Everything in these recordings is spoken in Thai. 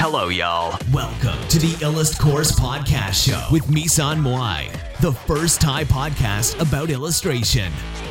Hello, y'all. Welcome to the Illust Course Podcast Show with Misan Moai, the first Thai podcast about illustration.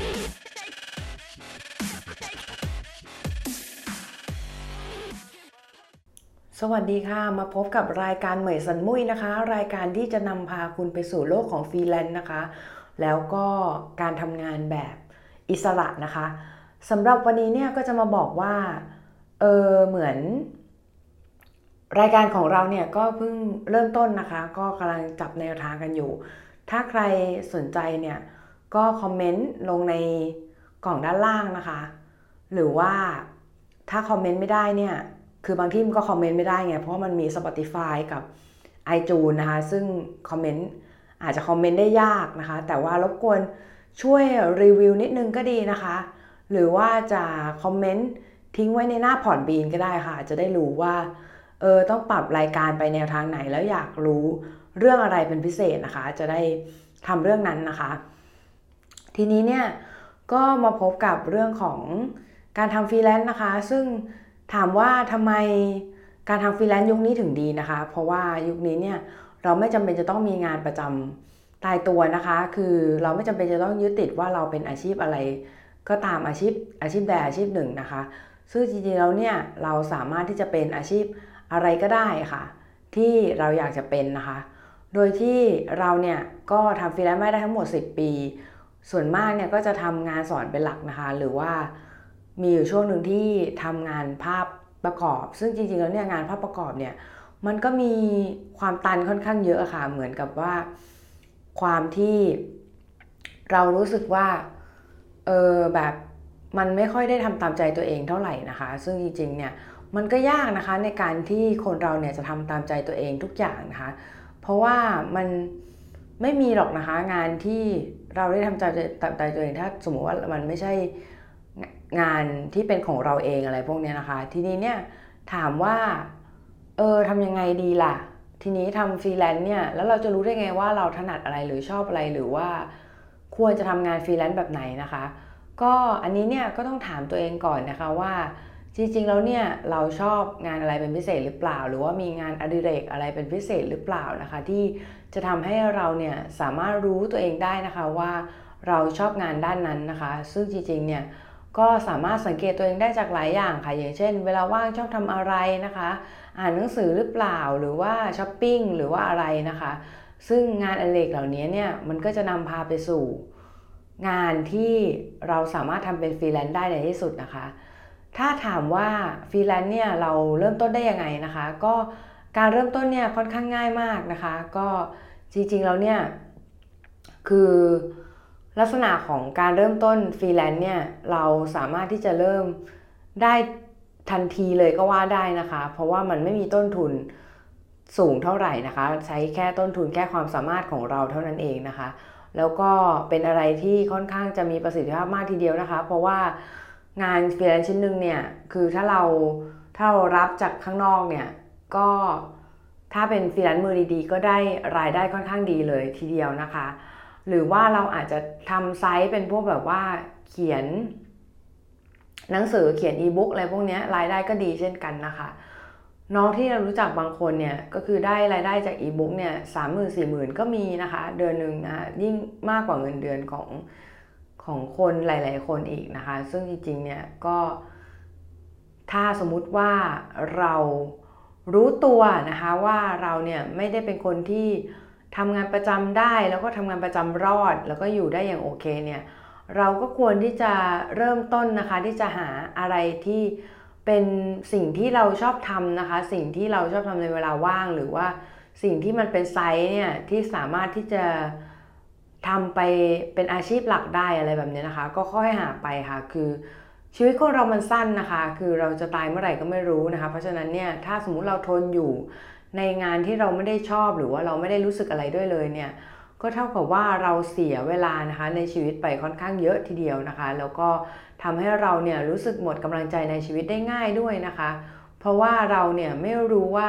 สวัสดีค่ะมาพบกับรายการเหมยสันมุ้ยนะคะรายการที่จะนำพาคุณไปสู่โลกของฟรีแลนซ์นะคะแล้วก็การทำงานแบบอิสระนะคะสำหรับวันนี้เนี่ยก็จะมาบอกว่าเหมือนรายการของเราเนี่ยก็เพิ่งเริ่มต้นนะคะก็กำลังจับแนวทางกันอยู่ถ้าใครสนใจเนี่ยก็คอมเมนต์ลงในกล่องด้านล่างนะคะหรือว่าถ้าคอมเมนต์ไม่ได้เนี่ยคือบางที่มันก็คอมเมนต์ไม่ได้ไงเพราะมันมี Spotify กับ iTunes นะคะซึ่งคอมเมนต์อาจจะคอมเมนต์ได้ยากนะคะแต่ว่ารบกวนช่วยรีวิวนิดนึงก็ดีนะคะหรือว่าจะคอมเมนต์ทิ้งไว้ในหน้าพอดบีนก็ได้ค่ะจะได้รู้ว่าต้องปรับรายการไปแนวทางไหนแล้วอยากรู้เรื่องอะไรเป็นพิเศษนะคะจะได้ทำเรื่องนั้นนะคะทีนี้เนี่ยก็มาพบกับเรื่องของการทำฟรีแลนซ์นะคะซึ่งถามว่าทำไมการทำฟรีแลนซ์ยุคนี้ถึงดีนะคะเพราะว่ายุคนี้เนี่ยเราไม่จำเป็นจะต้องมีงานประจำตายตัวนะคะคือเราไม่จำเป็นจะต้องยึดติดว่าเราเป็นอาชีพอะไรก็ตามอาชีพใดอาชีพหนึ่งนะคะซึ่งจริงๆแล้วเนี่ยเราสามารถที่จะเป็นอาชีพอะไรก็ได้ค่ะที่เราอยากจะเป็นนะคะโดยที่เราเนี่ยก็ทำฟรีแลนซ์ไม่ได้ทั้งหมด10 ปีส่วนมากเนี่ยก็จะทำงานสอนเป็นหลักนะคะหรือว่ามีอยู่ช่วงหนึ่งที่ทำงานภาพประกอบซึ่งจริงๆแล้วเนี่ยงานภาพประกอบเนี่ยมันก็มีความตันค่อนข้างเยอะค่ะเหมือนกับว่าความที่เรารู้สึกว่าแบบมันไม่ค่อยได้ทำตามใจตัวเองเท่าไหร่นะคะซึ่งจริงๆเนี่ยมันก็ยากนะคะในการที่คนเราเนี่ยจะทำตามใจตัวเองทุกอย่างนะคะเพราะว่ามันไม่มีหรอกนะคะงานที่เราได้ทำตามใจตัวเองถ้าสมมติว่ามันไม่ใช่งานที่เป็นของเราเองอะไรพวกนี้นะคะทีนี้เนี่ยถามว่าทำยังไงดีล่ะทีนี้ทำฟรีแลนซ์เนี่ยแล้วเราจะรู้ได้ไงว่าเราถนัดอะไรหรือชอบอะไรหรือว่าควรจะทำงานฟรีแลนซ์แบบไหนนะคะก็อันนี้เนี่ยก็ต้องถามตัวเองก่อนนะคะว่าจริงๆแล้วเนี่ยเราชอบงานอะไรเป็นพิเศษหรือเปล่าหรือว่ามีงานอดิเรกอะไรเป็นพิเศษหรือเปล่านะคะที่จะทำให้เราเนี่ยสามารถรู้ตัวเองได้นะคะว่าเราชอบงานด้านนั้นนะคะซึ่งจริงๆเนี่ยก็สามารถสังเกตตัวเองได้จากหลายอย่างค่ะอย่างเช่นเวลาว่างชอบทำอะไรนะคะอ่านหนังสือหรือเปล่าหรือว่าช้อปปิ้งหรือว่าอะไรนะคะซึ่งงานอดิเรกเหล่านี้เนี่ยมันก็จะนำพาไปสู่งานที่เราสามารถทำเป็นฟรีแลนซ์ได้ในที่สุดนะคะถ้าถามว่าฟรีแลนซ์เนี่ยเราเริ่มต้นได้ยังไงนะคะก็การเริ่มต้นเนี่ยค่อนข้างง่ายมากนะคะก็จริงๆแล้วเนี่ยคือลักษณะของการเริ่มต้นฟรีแลนซ์เนี่ยเราสามารถที่จะเริ่มได้ทันทีเลยก็ว่าได้นะคะเพราะว่ามันไม่มีต้นทุนสูงเท่าไหร่นะคะใช้แค่ต้นทุนแค่ความสามารถของเราเท่านั้นเองนะคะแล้วก็เป็นอะไรที่ค่อนข้างจะมีประสิทธิภาพมากทีเดียวนะคะเพราะว่างานฟรีแลนซ์ชิ้นหนึ่งเนี่ยคือถ้าเรารับจากข้างนอกเนี่ยก็ถ้าเป็นฟรีแลนซ์มือดีๆก็ได้รายได้ค่อนข้างดีเลยทีเดียวนะคะหรือว่าเราอาจจะทำไซต์เป็นพวกแบบว่าเขียนหนังสือเขียนอีบุ๊กอะไรพวกนี้รายได้ก็ดีเช่นกันนะคะน้องที่เรารู้จักบางคนเนี่ยก็คือได้รายได้จากอีบุ๊กเนี่ย30,000-40,000ก็มีนะคะเดือนหนึ่งนะยิ่งมากกว่าเงินเดือนของคนหลายๆคนอีกนะคะซึ่งจริงๆเนี่ยก็ถ้าสมมุติว่าเรารู้ตัวนะคะว่าเราเนี่ยไม่ได้เป็นคนที่ทำงานประจำได้แล้วก็ทำงานประจำรอดแล้วก็อยู่ได้อย่างโอเคเนี่ยเราก็ควรที่จะเริ่มต้นนะคะที่จะหาอะไรที่เป็นสิ่งที่เราชอบทำนะคะสิ่งที่เราชอบทำในเวลาว่างหรือว่าสิ่งที่มันเป็นไซต์เนี่ยที่สามารถที่จะทำไปเป็นอาชีพหลักได้อะไรแบบนี้นะคะก็ค่อยหาไปค่ะคือชีวิตคนเรามันสั้นนะคะคือเราจะตายเมื่อไหร่ก็ไม่รู้นะคะเพราะฉะนั้นเนี่ยถ้าสมมุติเราทนอยู่ในงานที่เราไม่ได้ชอบหรือว่าเราไม่ได้รู้สึกอะไรด้วยเลยเนี่ยก็เท่ากับว่าเราเสียเวลานะคะในชีวิตไปค่อนข้างเยอะทีเดียวนะคะแล้วก็ทำให้เราเนี่ยรู้สึกหมดกำลังใจในชีวิตได้ง่ายด้วยนะคะเพราะว่าเราเนี่ยไม่รู้ว่า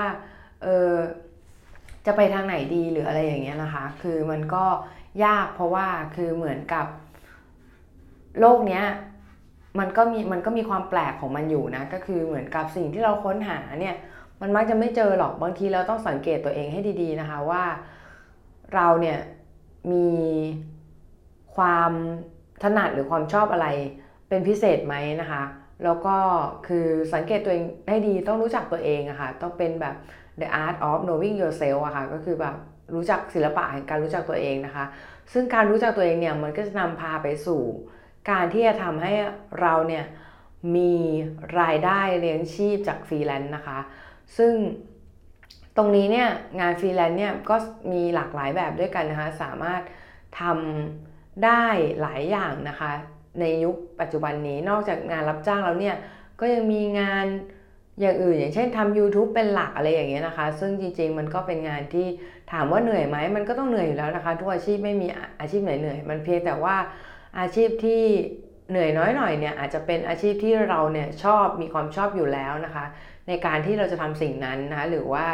จะไปทางไหนดีหรืออะไรอย่างเงี้ยนะคะคือมันก็ยากเพราะว่าคือเหมือนกับโลกเนี้ยมันก็มีความแปลกของมันอยู่นะก็คือเหมือนกับสิ่งที่เราค้นหาเนี่ยมันมักจะไม่เจอหรอกบางทีเราต้องสังเกตตัวเองให้ดีๆนะคะว่าเราเนี่ยมีความถนัดหรือความชอบอะไรเป็นพิเศษไหมนะคะแล้วก็คือสังเกตตัวเองให้ดีต้องรู้จักตัวเองอะค่ะต้องเป็นแบบ the art of knowing yourself อะค่ะก็คือแบบรู้จักศิลปะแห่งการรู้จักตัวเองนะคะซึ่งการรู้จักตัวเองเนี่ยมันก็จะนำพาไปสู่การที่จะทำให้เราเนี่ยมีรายได้เลี้ยงชีพจากฟรีแลนซ์นะคะซึ่งตรงนี้เนี่ยงานฟรีแลนซ์เนี่ยก็มีหลากหลายแบบด้วยกันนะคะสามารถทำได้หลายอย่างนะคะในยุคปัจจุบันนี้นอกจากงานรับจ้างแล้วเนี่ยก็ยังมีงานอย่างอื่นอย่างเช่นทำ YouTube เป็นหลักอะไรอย่างเงี้ยนะคะซึ่งจริงๆมันก็เป็นงานที่ถามว่าเหนื่อยไหมมันก็ต้องเหนื่อยอยู่แล้วนะคะทุกอาชีพไม่มีอาชีพไหนเหนื่อยมันเพียงแต่ว่าอาชีพที่เหนื่อยน้อยหน่อยเนี่ยอาจจะเป็นอาชีพที่เราเนี่ยชอบมีความชอบอยู่แล้วนะคะในการที่เราจะทำสิ่งนั้นนะคะหรือว่า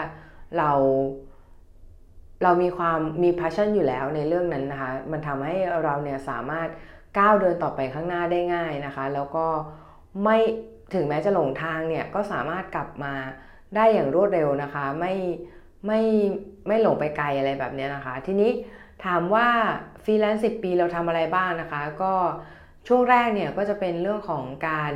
เรามี passion อยู่แล้วในเรื่องนั้นนะคะมันทำให้เราเนี่ยสามารถก้าวเดินต่อไปข้างหน้าได้ง่ายนะคะแล้วก็ไม่ถึงแม้จะหลงทางเนี่ยก็สามารถกลับมาได้อย่างรวดเร็วนะคะไม่หลงไปไกลอะไรแบบนี้นะคะทีนี้ถามว่าฟรีแลนซ์10 ปีเราทำอะไรบ้างนะคะก็ช่วงแรกเนี่ยก็จะเป็นเรื่องของการ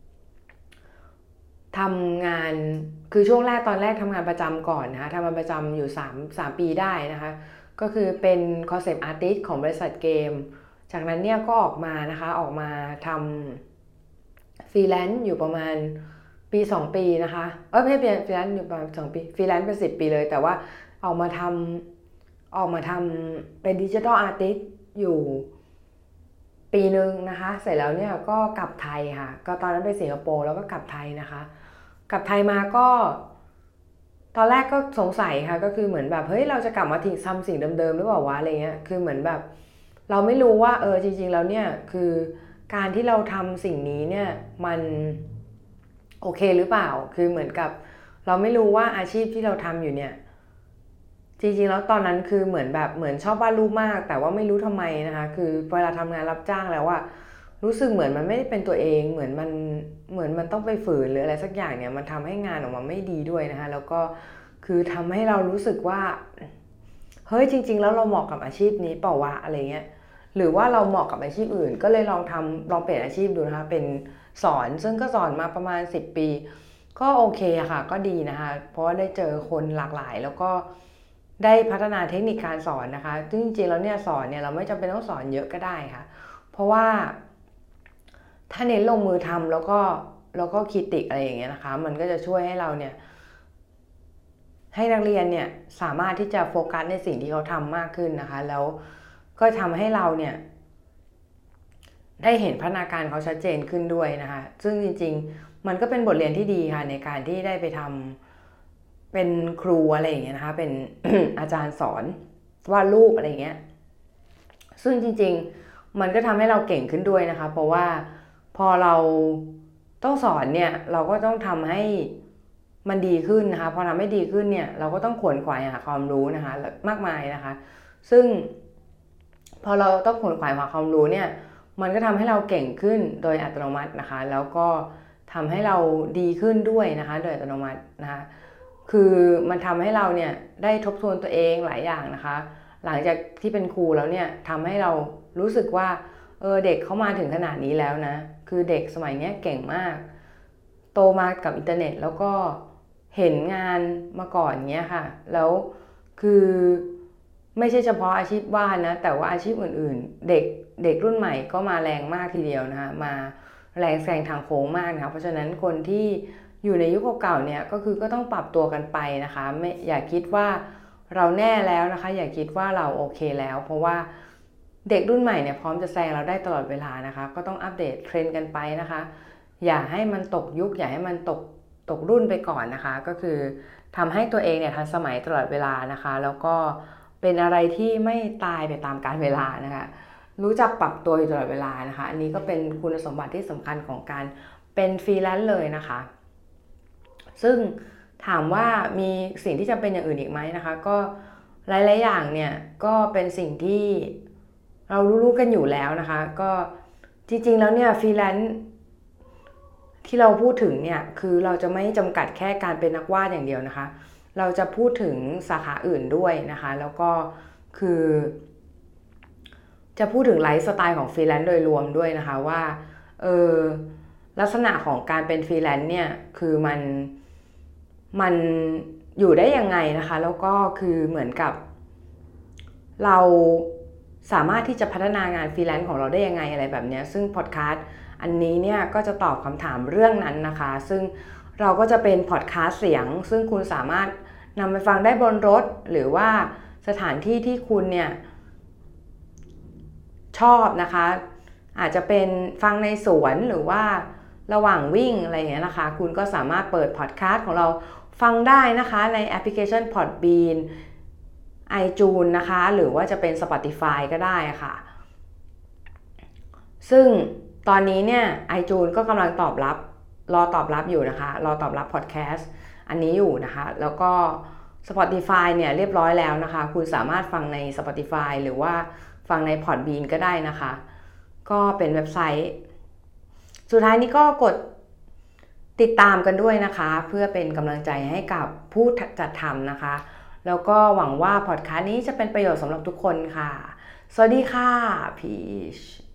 ทำงานคือช่วงแรกตอนแรกทำงานประจำก่อนนะคะทำงานประจำอยู่3 ปีได้นะคะก็คือเป็นคอนเซปต์อาร์ติสต์ของบริษัทเกมจากนั้นเนี่ยก็ออกมานะคะออกมาทำฟรีแลนซ์อยู่ประมาณปี2 ปีนะคะไม่ใช่ฟรีแลนซ์อยู่ประมาณ2 ปีฟรีแลนซ์เป็น10 ปีเลยแต่ว่าออกมาทำเป็นดิจิทัลอาร์ติสต์อยู่ปีนึงนะคะเสร็จแล้วเนี่ยก็กลับไทยค่ะก็ตอนนั้นไปสิงคโปร์แล้วก็กลับไทยนะคะกลับไทยมาก็ตอนแรกก็สงสัยค่ะก็คือเหมือนแบบเฮ้ยเราจะกลับมาทำสิ่งเดิมๆหรือเปล่าวะอะไรเงี้ยคือเหมือนแบบเราไม่รู้ว่าจริงๆแล้วเนี่ยคือการที่เราทำสิ่งนี้เนี่ยมันโอเคหรือเปล่าคือเหมือนกับเราไม่รู้ว่าอาชีพที่เราทำอยู่เนี่ยจริงๆแล้วตอนนั้นคือเหมือนชอบวาดรูปมากแต่ว่าไม่รู้ทำไมนะคะคือเวลาทำงานรับจ้างแล้วว่ารู้สึกเหมือนมันไม่ได้เป็นตัวเองเหมือนมันต้องไปฝืนหรืออะไรสักอย่างเนี่ยมันทำให้งานออกมาไม่ดีด้วยนะคะแล้วก็คือทำให้เรารู้สึกว่าเฮ้ยจริงๆแล้วเราเหมาะกับอาชีพนี้เปล่าวะอะไรเงี้ยหรือว่าเราเหมาะกับอาชีพอื่นก็เลยลองเปลี่ยนอาชีพดูนะคะเป็นสอนซึ่งก็สอนมาประมาณ10 ปีก็โอเคค่ะก็ดีนะคะเพราะว่าได้เจอคนหลากหลายแล้วก็ได้พัฒนาเทคนิคการสอนนะคะซึ่งจริงๆแล้วเนี่ยสอนเนี่ยเราไม่จำเป็นต้องสอนเยอะก็ได้ค่ะเพราะว่าถ้าเน้นลงมือทำแล้วก็คิดติอะไรอย่างเงี้ยนะคะมันก็จะช่วยให้เราเนี่ยให้นักเรียนเนี่ยสามารถที่จะโฟกัสในสิ่งที่เขาทำมากขึ้นนะคะแล้วก็ทำให้เราเนี่ยได้เห็นพัฒนาการเขาชัดเจนขึ้นด้วยนะคะซึ่งจริงๆมันก็เป็นบทเรียนที่ดีค่ะในการที่ได้ไปทำเป็นครูอะไรอย่างเงี้ยนะคะเป็น อาจารย์สอนวาดรูปอะไรอย่างเงี้ยซึ่งจริงๆมันก็ทำให้เราเก่งขึ้นด้วยนะคะเพราะว่าพอเราต้องสอนเนี่ยเราก็ต้องทำให้มันดีขึ้นนะคะพอทำให้ดีขึ้นเนี่ยเราก็ต้องขวนขวายหาความรู้นะคะมากมายนะคะซึ่งพอเราต้องขวนขวายหาความรู้เนี่ยมันก็ทำให้เราเก่งขึ้นโดยอัตโนมัตินะคะแล้วก็ทำให้เราดีขึ้นด้วยนะคะโดยอัตโนมัตินะคะคือมันทำให้เราเนี่ยได้ทบทวนตัวเองหลายอย่างนะคะหลังจากที่เป็นครูแล้วเนี่ยทำให้เรารู้สึกว่าเด็กเขามาถึงขนาดนี้แล้วนะคือเด็กสมัยนี้เก่งมากโตมากับอินเทอร์เน็ตแล้วก็เห็นงานมาก่อนเงี้ยค่ะแล้วคือไม่ใช่เฉพาะอาชีพวาดนะแต่ว่าอาชีพอื่นๆเด็กรุ่นใหม่ก็มาแรงมากทีเดียวนะคะมาแรงแซงทางโค้งมากนะคะเพราะฉะนั้นคนที่อยู่ในยุคเก่าๆเนี่ยก็คือก็ต้องปรับตัวกันไปนะคะไม่อย่าคิดว่าเราแน่แล้วนะคะอย่าคิดว่าเราโอเคแล้วเพราะว่าเด็กรุ่นใหม่เนี่ยพร้อมจะแซงเราได้ตลอดเวลานะคะก็ต้องอัปเดตเทรนด์กันไปนะคะอย่าให้มันตกยุคอย่าให้มันตกรุ่นไปก่อนนะคะก็คือทำให้ตัวเองเนี่ยทันสมัยตลอดเวลานะคะแล้วก็เป็นอะไรที่ไม่ตายไปตามกาลเวลานะคะรู้จักปรับตัวอยู่ตลอดเวลานะคะอันนี้ก็เป็นคุณสมบัติที่สำคัญของการเป็นฟรีแลนซ์เลยนะคะซึ่งถามว่ามีสิ่งที่จำเป็นอย่างอื่นอีกไหมนะคะก็หลายๆอย่างเนี่ยก็เป็นสิ่งที่เรารู้กันอยู่แล้วนะคะก็จริงๆแล้วเนี่ยฟรีแลนซ์ที่เราพูดถึงเนี่ยคือเราจะไม่จำกัดแค่การเป็นนักวาดอย่างเดียวนะคะเราจะพูดถึงสาขาอื่นด้วยนะคะแล้วก็คือจะพูดถึงไลฟ์สไตล์ของฟรีแลนซ์โดยรวมด้วยนะคะว่าลักษณะของการเป็นฟรีแลนซ์เนี่ยคือมันอยู่ได้ยังไงนะคะแล้วก็คือเหมือนกับเราสามารถที่จะพัฒนางานฟรีแลนซ์ของเราได้ยังไงอะไรแบบนี้ซึ่งพอดคาสต์อันนี้เนี่ยก็จะตอบคำถามเรื่องนั้นนะคะซึ่งเราก็จะเป็นพอดคาสต์เสียงซึ่งคุณสามารถนำไปฟังได้บนรถหรือว่าสถานที่ที่คุณเนี่ยชอบนะคะอาจจะเป็นฟังในสวนหรือว่าระหว่างวิ่งอะไรอย่างเงี้ยนะคะคุณก็สามารถเปิดพอดคาสต์ของเราฟังได้นะคะในแอปพลิเคชัน Podbean iTunes นะคะหรือว่าจะเป็น Spotify ก็ได้ค่ะซึ่งตอนนี้เนี่ย iTunes ก็กำลังรอตอบรับอยู่นะคะรอตอบรับพอดแคสต์อันนี้อยู่นะคะแล้วก็ Spotify เนี่ยเรียบร้อยแล้วนะคะคุณสามารถฟังใน Spotify หรือว่าฟังใน Podbean ก็ได้นะคะก็เป็นเว็บไซต์สุดท้ายนี้ก็กดติดตามกันด้วยนะคะเพื่อเป็นกำลังใจให้กับผู้จัดทำนะคะแล้วก็หวังว่าพอดคาสต์นี้จะเป็นประโยชน์สำหรับทุกคนค่ะสวัสดีค่ะพีช